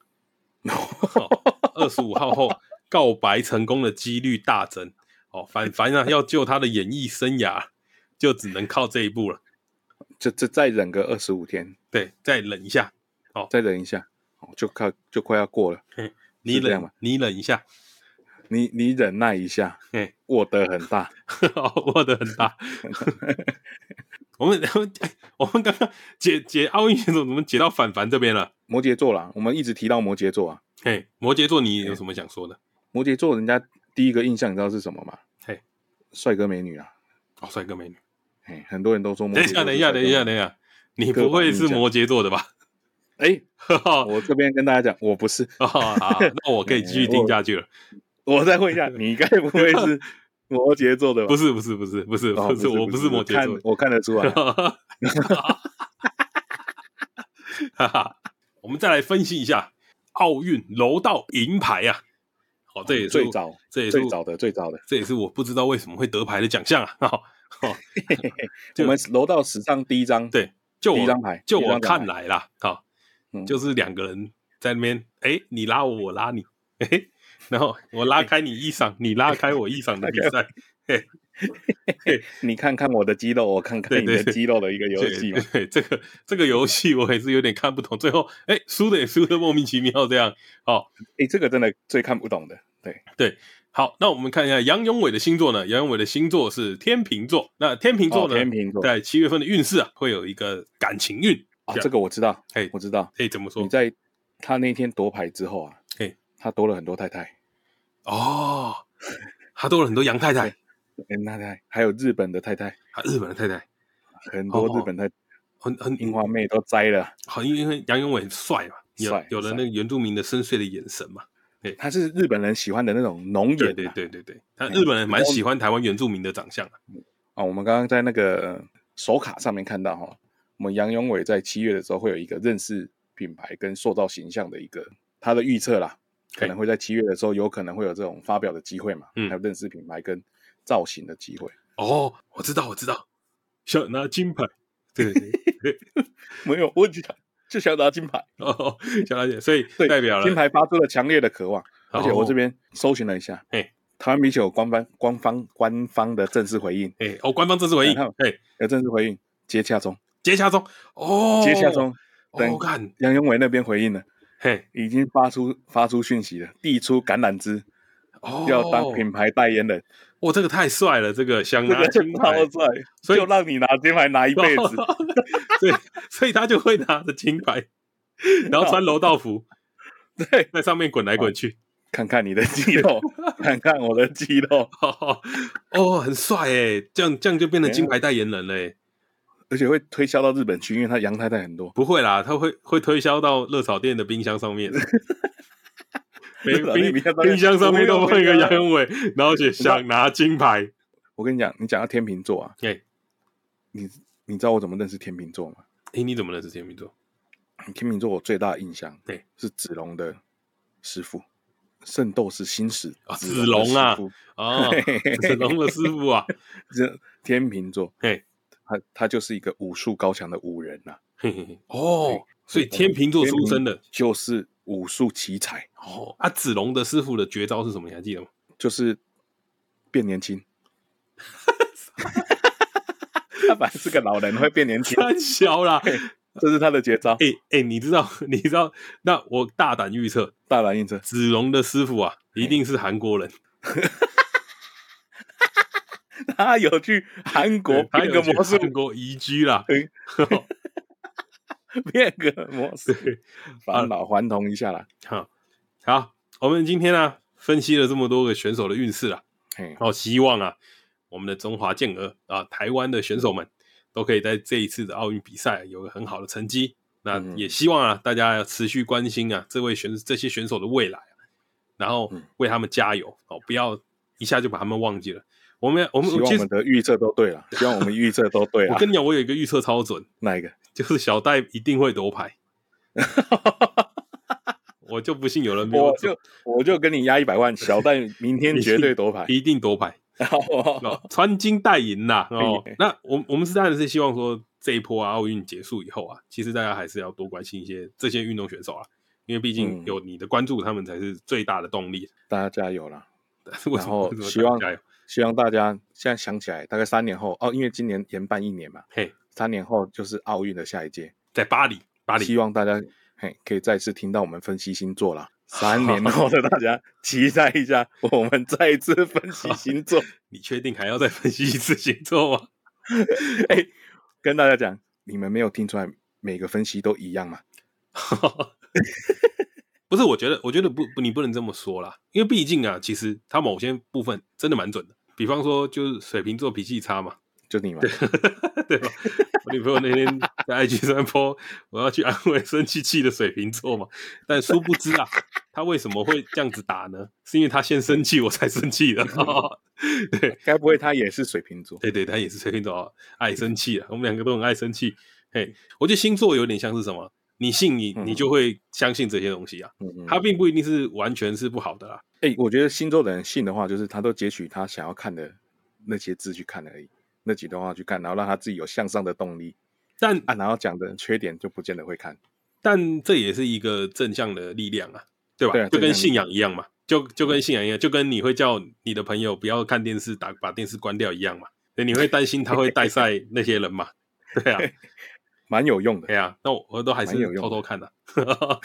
二十五号后告白成功的几率大增。哦，凡凡啊，要救他的演艺生涯，就只能靠这一步了。 就这再忍个二十五天， 对，再忍一下，哦， 再忍一下，哦，就快就快要过了。 你忍，你忍一下， 你你忍耐一下，握得很大， 握得很大。我们我们刚刚解解奥运选手怎么解到凡凡这边了？ 摩羯座啦，我们一直提到摩羯座啊。 嘿，摩羯座你有什么想说的？ 摩羯座人家第一个印象你知道是什么吗？ 嘿， 帅哥美女啊。 哦，帅哥美女。 嘿，很多人都说摩羯座。 等一下，等一下，等一下，等一下，你不会是摩羯座的吧？ 哎，我这边跟大家讲，我不是。 哦，好，那我可以继续听下去了。 我再问一下，你该不会是摩羯座的吧？ 不是，不是，不是，不是，不是，我不是摩羯座， 我看得出来。 我们再来分析一下奥运柔道银牌啊！好、哦，这也是最早， 这也是最早的，最早的， 这也是我不知道为什么会得牌的奖项啊！哦哦、 我们柔道史上第一张， 对，就我第一张牌， 就我看来啦，好、哦嗯，就是两个人在那边，哎，你拉我，我拉你，哎，然后我拉开你衣裳，你拉开我衣裳的比赛。 你看看我的肌肉，我看看你的肌肉的一个游戏嘛。 对，这个这个游戏我也是有点看不懂，最后哎输的也输的莫名其妙这样。好， 哎，这个真的最看不懂的。对对，好，那我们看一下杨永伟的星座呢？杨永伟的星座是天秤座。那天秤座呢？ 哦、天秤座在七月份的运势啊，会有一个感情运啊。这个我知道， 哎， 我知道。 哎，怎么说？ 你在他那天夺牌之后啊， 哎， 他多了很多太太。 哦，他多了很多杨太太。 太太还有日本的太太， 啊，日本的太太， 很多日本太太， 很很樱花妹都摘了。 好，因为杨永伟很帅嘛，有帅有了那个原住民的深邃的眼神嘛。对， 他是日本人喜欢的那种浓颜、啊。 对对对对对，他日本人蛮喜欢台湾原住民的长相啊。 啊，我们刚刚在那个手卡上面看到哈，我们杨永伟在七月的时候会有一个认识品牌跟塑造形象的一个他的预测啦，可能会在七月的时候有可能会有这种发表的机会嘛，嗯，还有认识品牌跟造型的机会。 哦，我知道，我知道，想拿金牌，对对对， 没有，我就想就想拿金牌哦，想拿金，所以代表了金牌发出了强烈的渴望。而且我这边搜寻了一下， 哎， 台湾米酒官方官方官方的正式回应， 哎，哦，官方正式回应，哎， 有正式回应，接洽中， 接洽中，哦， 接洽中， 我看杨永伟那边回应了， 嘿， 已经发出发出讯息了，递出橄榄枝，哦，要当品牌代言人。 哇，这个太帅了！这个想拿金牌， 超帅，所以就让你拿金牌拿一辈子。 所以，所以他就会拿着金牌，然后穿柔道服， 对， 在上面滚来滚去， 看看你的肌肉，看看我的肌肉， 哦，很帅哎！这样这样就变成金牌代言人嘞， 而且会推销到日本去，因为他杨太太很多。 不会啦，他会会推销到热炒店的冰箱上面。冰, 冰箱上面都放一个杨永伟，然后写想拿金牌。 我跟你讲，你讲到天秤座啊， 欸、 你你知道我怎么认识天秤座吗？ 哎、欸，你怎么认识天秤座？ 天秤座我最大的印象， 对， 是子龙的师傅， 圣斗士星矢啊，子龙啊，哦，子龙的师傅啊， 这天秤座， 嘿， 他他就是一个武术高强的武人呐、啊。 嘿嘿嘿，哦，所以天秤座出身的就是武术奇才。 哦，啊，子龙的师傅的绝招是什么？你还记得吗？ 就是变年轻。他本来是个老人，会变年轻， 太小啦， 这是他的绝招。 哎、欸、哎、欸，你知道？你知道？那我大胆预测， 大胆预测， 子龙的师傅啊，一定是韩国人。 他有去韩国变个魔术， 韩国移居啦， 变个魔术，返老还童一下啦。 好，好，我们今天呢、啊、分析了这么多个选手的运势啦，好，希望啊我们的中华健儿啊，台湾的选手们都可以在这一次的奥运比赛有个很好的成绩。那也希望啊大家要持续关心啊这位选这些选手的未来、啊，然后为他们加油哦，不要一下就把他们忘记了。我们我们希望我们的预测都对了，希望我们预测都对了。 我跟你讲，我有一个预测超准， 哪一个？ 就是小戴一定会夺牌。我就不信有人没有， 我就我就跟你压一百万，小戴明天绝对夺牌， 一定夺牌。哦、穿金戴银啦哦，那我我们是当然是希望说这一波啊奥运结束以后啊，其实大家还是要多关心一些这些运动选手啊，因为毕竟有你的关注，他们才是最大的动力。 大家加油啦！ 然后希望希望大家现在想起来，大概三年后哦，因为今年延办一年嘛， 嘿， 三年后就是奥运的下一届， 在巴黎，巴黎， 希望大家嘿可以再次听到我们分析星座啦。三年后的大家期待一下，我们再一次分析星座。 你确定还要再分析一次星座吗？ 哎、欸，跟大家讲，你们没有听出来每个分析都一样吗？ 不是，我觉得，我觉得不，你不能这么说啦，因为毕竟啊，其实它某些部分真的蛮准的。比方说，就是水瓶座脾气差嘛， 就你嘛， 对吧？我女朋友那天在 I G 上 po 我要去安慰生气气的水瓶座嘛，但殊不知啊，他为什么会这样子打呢？是因为他先生气，我才生气的。对， 该不会他也是水瓶座？ 对对，他也是水瓶座，爱生气啊，我们两个都很爱生气。嘿，我觉得星座有点像是什么？你信你，你就会相信这些东西啊。嗯、它并不一定是完全是不好的啦。 哎、欸，我觉得星座的人信的话，就是他都截取他想要看的那些字去看而已。那几段话去看，然后让他自己有向上的动力。 但啊，然后讲的缺点就不见得会看。 但这也是一个正向的力量啊，对吧？ 对啊， 就跟信仰一样嘛，就就跟信仰一样，就跟你会叫你的朋友不要看电视，打把电视关掉一样嘛。对，你会担心他会带赛那些人嘛？对啊， 蛮有用的。 对啊，那我我都还是偷偷看的、啊。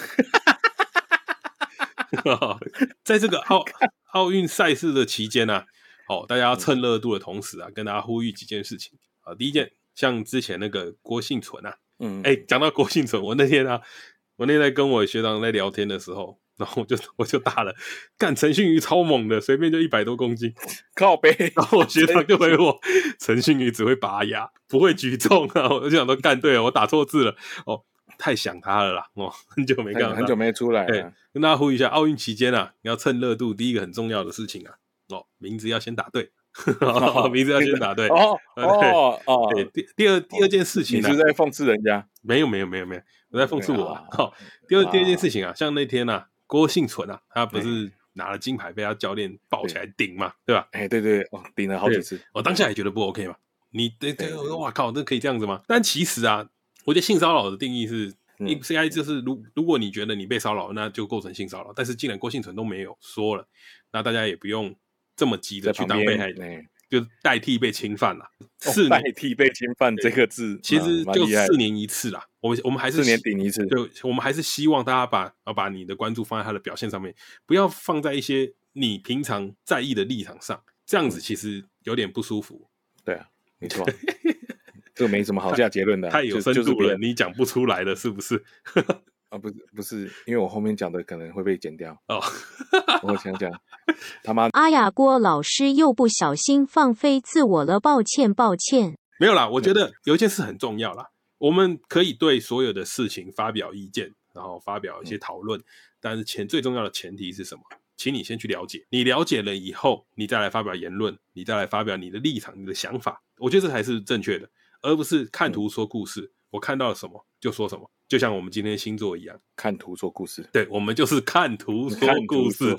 在这个奥奥运赛事的期间呢、啊。哦，大家要趁热度的同时啊，跟大家呼吁几件事情啊。第一件，像之前那个郭婞淳啊，嗯，哎，讲到郭婞淳，我那天啊，我那天在跟我学长在聊天的时候，然后我就我就打了，干陈迅瑜超猛的，随便就一百多公斤， 靠背。 然后我学长就回我，陈迅瑜只会拔牙，不会举重啊。我就想说，干对了，我打错字了，哦，太想他了啦，哦，很久没看到他， 很久没出来了。 对，跟大家呼吁一下，奥运期间啊，你要趁热度，第一个很重要的事情啊。哦，名字要先打对，哦、名字要先打对。 哦哦哦， 对，第第二第二件事情、啊， 你是在諷刺人家？ 没有没有没有没有，我在讽刺我、啊。好、哦，第二第二件事情啊，像那天啊，郭婞淳啊，他不是拿了金牌被他教练抱起来顶嘛，对吧？ 哎，对对，哦，顶了好几次。 我当下也觉得不 OK 嘛，你对对，哇靠，这可以这样子吗？但其实啊，我觉得性骚扰的定义是。应该就是如如果你觉得你被骚扰，那就构成性骚扰。但是既然郭婞淳都没有说了，那大家也不用这么急的去当被害人，就代替被侵犯啦。 四、哦、代替被侵犯这个字， 其实就四年一次啦。我们我们还是四年顶一次， 对，我们还是希望大家把要把你的关注放在他的表现上面，不要放在一些你平常在意的立场上，这样子其实有点不舒服。 对啊，没错。这个没什么好下结论的、啊， 太有深度了，你讲不出来的是不是？ 啊，不是不是，因为我后面讲的可能会被剪掉哦。 我想讲，他妈， 阿雅郭老师又不小心放飞自我了，抱歉抱歉。 没有啦，我觉得有一件事很重要啦，我们可以对所有的事情发表意见，然后发表一些讨论，嗯、但是前最重要的前提是什么？请你先去了解，你了解了以后，你再来发表言论，你再来发表你的立场、你的想法，我觉得这才是正确的。而不是看图说故事、嗯，我看到了什么， 就说什么，就像我们今天星座一样， 看图说故事。 对，我们就是看图说故事。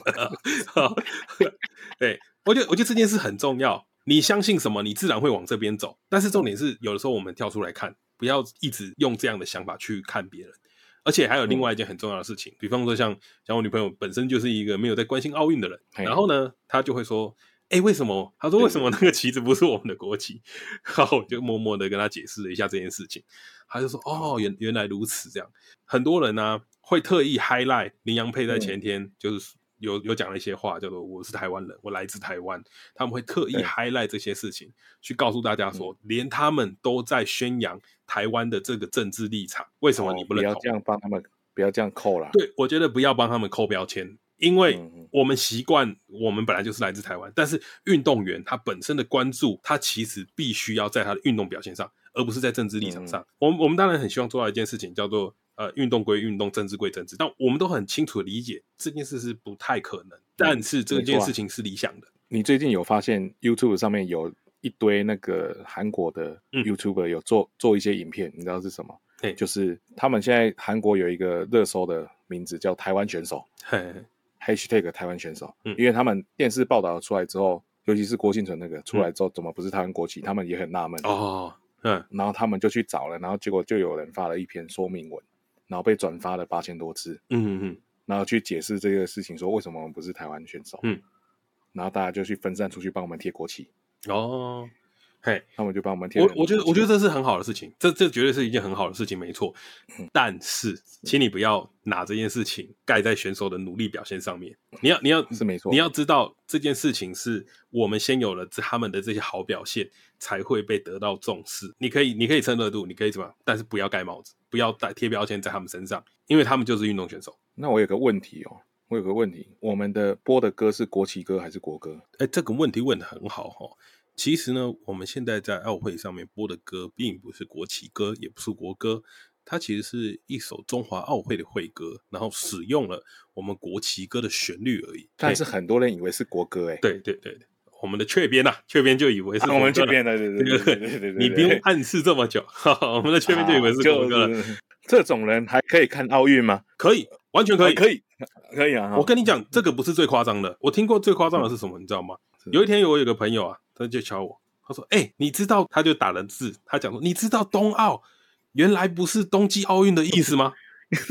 对，我觉得我觉得这件事很重要。你相信什么，你自然会往这边走。但是重点是，有的时候我们跳出来看，不要一直用这样的想法去看别人。而且还有另外一件很重要的事情，嗯、比方说像像我女朋友本身就是一个没有在关心奥运的人，然后呢，她就会说：“哎，为什么？”她说：“为什么那个旗子不是我们的国旗？”然后我就默默的跟她解释了一下这件事情。她就说：“哦，原原来如此，这样。”很多人呢、啊、会特意 highlight 林洋配在前天、嗯、就是。有有讲了一些话，叫做我是台湾人，我来自台湾，他们会特意 highlight 这些事情，去告诉大家说，连他们都在宣扬台湾的这个政治立场，为什么你不认同？ 哦、不要这样帮他们，不要这样扣啦。 对，我觉得不要帮他们扣标签，因为我们习惯，我们本来就是来自台湾，但是运动员他本身的关注，他其实必须要在他的运动表现上，而不是在政治立场上。嗯、我们我们当然很希望做到一件事情，叫做。呃，运动归运动，政治归政治，但我们都很清楚的理解这件事是不太可能，但是这件事情是理想的。 你最近有发现 YouTube 上面有一堆那个韩国的 YouTuber 有做、嗯、做一些影片，你知道是什么？就是他们现在韩国有一个热搜的名字叫台湾选手 ，#hashtag 台湾选手、嗯，因为他们电视报道出来之后，尤其是郭婞淳那个出来之后，怎么不是台湾国旗？他们也很纳闷哦，嗯， 然后他们就去找了，然后结果就有人发了一篇说明文。然后被转发了八千多次， 嗯嗯， 然后去解释这个事情，说为什么我们不是台湾选手，嗯，然后大家就去分散出去帮我们贴国旗， 哦，嘿， 他们就帮我们贴。 我我觉得我觉得这是很好的事情，这这绝对是一件很好的事情，没错。嗯、但是，请你不要拿这件事情盖在选手的努力表现上面。你要你要是没错， 你要知道这件事情是我们先有了他们的这些好表现，才会被得到重视。你可以你可以蹭热度，你可以怎么样，但是不要盖帽子。不要贴标签在他们身上，因为他们就是运动选手。 那我有个问题哦，我有个问题，我们的播的歌是国旗歌还是国歌？ 哎，这个问题问得很好哦。其实呢，我们现在在奥会上面播的歌，并不是国旗歌，也不是国歌，它其实是一首中华奥会的会歌，然后使用了我们国旗歌的旋律而已。 但是很多人以为是国歌，哎， 对对对对。我们的雀边啊，雀边就以为是国歌了、啊、 我们雀边的，对对对对对对， 你不用暗示这么久，我们的雀边就以为是国歌了。啊、 这种人还可以看奥运吗？ 可以，完全可以， 可以，可以啊！ 我跟你讲，这个不是最夸张的。我听过最夸张的是什么，你知道吗？有一天我有个朋友啊，他就敲我，他说：“哎、欸，你知道？”他就打了字，他讲说：“你知道冬奥原来不是冬季奥运的意思吗？”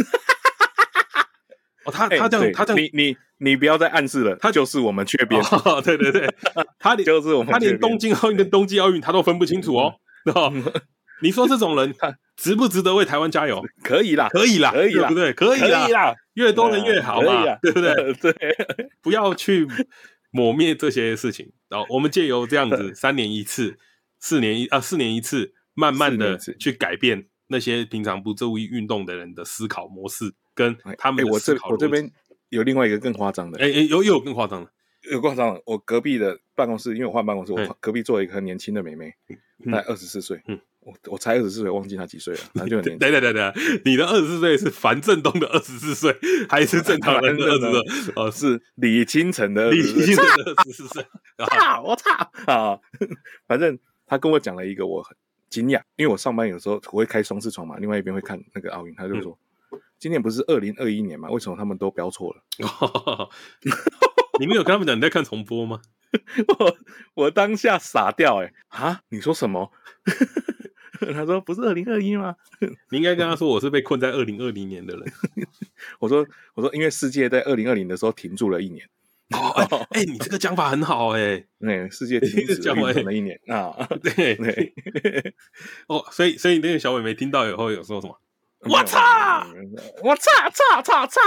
哦，他他这样，欸、他这样， 你你你不要再暗示了，他就是我们雀边， 哦、对对对，他连就是我们， 他连东京奥运跟冬季奥运他都分不清楚哦。嗯、你说这种人值不值得为台湾加油？ 可以啦， 可以啦， 可以啦， 对不对？可以啦， 可以啦， 越多人越好嘛，对不对？ 对， 不要去抹灭这些事情。然后我们借由这样子三年一次、四年一啊四年一次，慢慢的去改变那些平常不注意运动的人的思考模式。跟他们的思考、 欸、我这我这边有另外一个更夸张的， 哎、欸欸、有有更夸张的， 有夸张的。我隔壁的办公室，因为我换办公室，我隔壁坐了一个很年轻的妹妹，大概二十四岁，嗯，我我才二十四岁，忘记她几岁了，反正就很年轻。 对对对对，你的二十四岁是樊振东的二十四岁，还是正常人的二十四？哦， 是李清城的李清城的二十四岁。 操！我操啊！反正他跟我讲了一个我很惊讶，因为我上班有时候我会开双视窗嘛，另外一边会看那个奥运，他就说。嗯今年不是二零二一年吗？为什么他们都标错了？ 你没有跟他们讲你在看重播吗？ 我我当下傻掉哎、欸！啊，你说什么？他说不是二零二一吗？ 你应该跟他说我是被困在二零二零年的人。 我说我说因为世界在二零二零的时候停住了一年。 哦，哎、欸欸，你这个讲法很好哎、欸。 对，世界停止运转了一年啊。 对对。哦，所以所以那个小伟没听到以后有说什么？ 我操！我操操操操！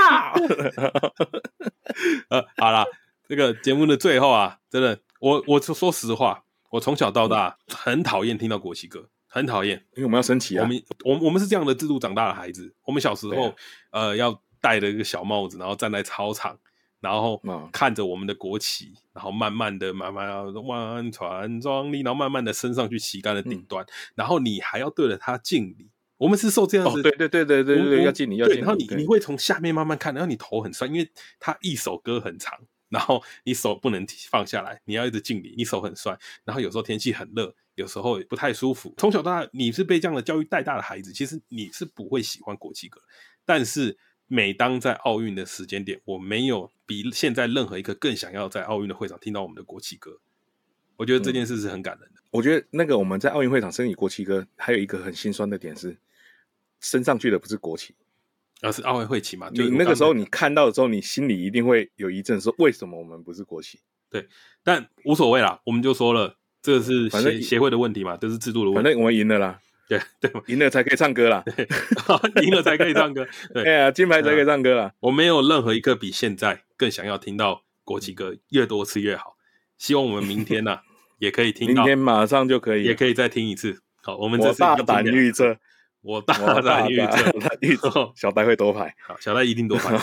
呃，好啦，这个节目的最后啊，真的，我我说实话，我从小到大很讨厌听到国旗歌，很讨厌， 因为我们要升旗啊。 我们我我们是这样的制度长大的孩子，我们小时候、啊、呃要戴着一个小帽子，然后站在操场，然后看着我们的国旗，然后慢慢的慢慢的万船壮丽，然后慢慢的升上去旗杆的顶端、嗯，然后你还要对着它敬礼。我们是受这样子、 哦，对对对对对对，要敬你要敬你。 然后你你会从下面慢慢看，然后你头很酸，因为它一首歌很长，然后你手不能放下来，你要一直敬礼，你手很酸。然后有时候天气很热， 有时候不太舒服。从小到大你是被这样的教育带大的孩子，其实你是不会喜欢国旗歌。但是每当在奥运的时间点，我没有比现在任何一个更想要在奥运的会场听到我们的国旗歌。我觉得这件事是很感人的。 嗯、我觉得那个我们在奥运会场升起国旗歌，还有一个很心酸的点是，升上去的不是国旗， 而是奥运会旗嘛。 你那个时候你看到的时候，你心里一定会有一阵说，为什么我们不是国旗？ 对，但无所谓啦，我们就说了，这是协协会的问题嘛，这是制度的问题。 反正我们赢了啦。 对对， 赢了才可以唱歌啦， 赢了才可以唱歌。对， 哎呀，金牌才可以唱歌啦。 我没有任何一个比现在更想要听到国旗歌，越多次越好。希望我们明天啊也可以听到， 明天马上就可以， 也可以再听一次。好，我们这我大胆预测， 我大胆预测， 预测小戴会夺牌。 好，小戴一定夺牌。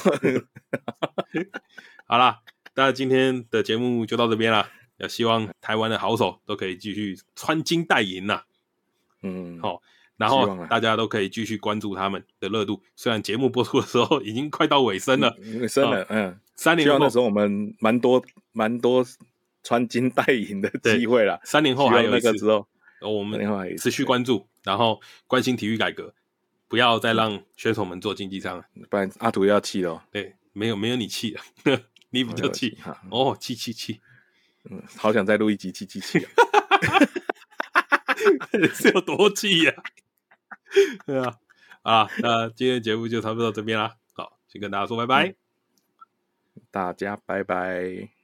好啦，那今天的节目就到这边啦。也希望台湾的好手都可以继续穿金戴银啦。嗯，好、哦，然后大家都可以继续关注他们的热度。虽然节目播出的时候已经快到尾声了， 尾声了，嗯， 嗯三年后那时候我们蛮多蛮多穿金戴银的机会啦。 三年后还有一次那个之后， 我们持续关注，然后关心体育改革，不要再让选手们做经济舱了， 不然阿土要气了。 对，没有没有你气了，你比较气哦，气气气， 嗯，好想再录一集气气气。 是有多气呀、啊？对啊，啊，那今天的节目就差不多到这边啦。好，先跟大家说拜拜， 大家拜拜。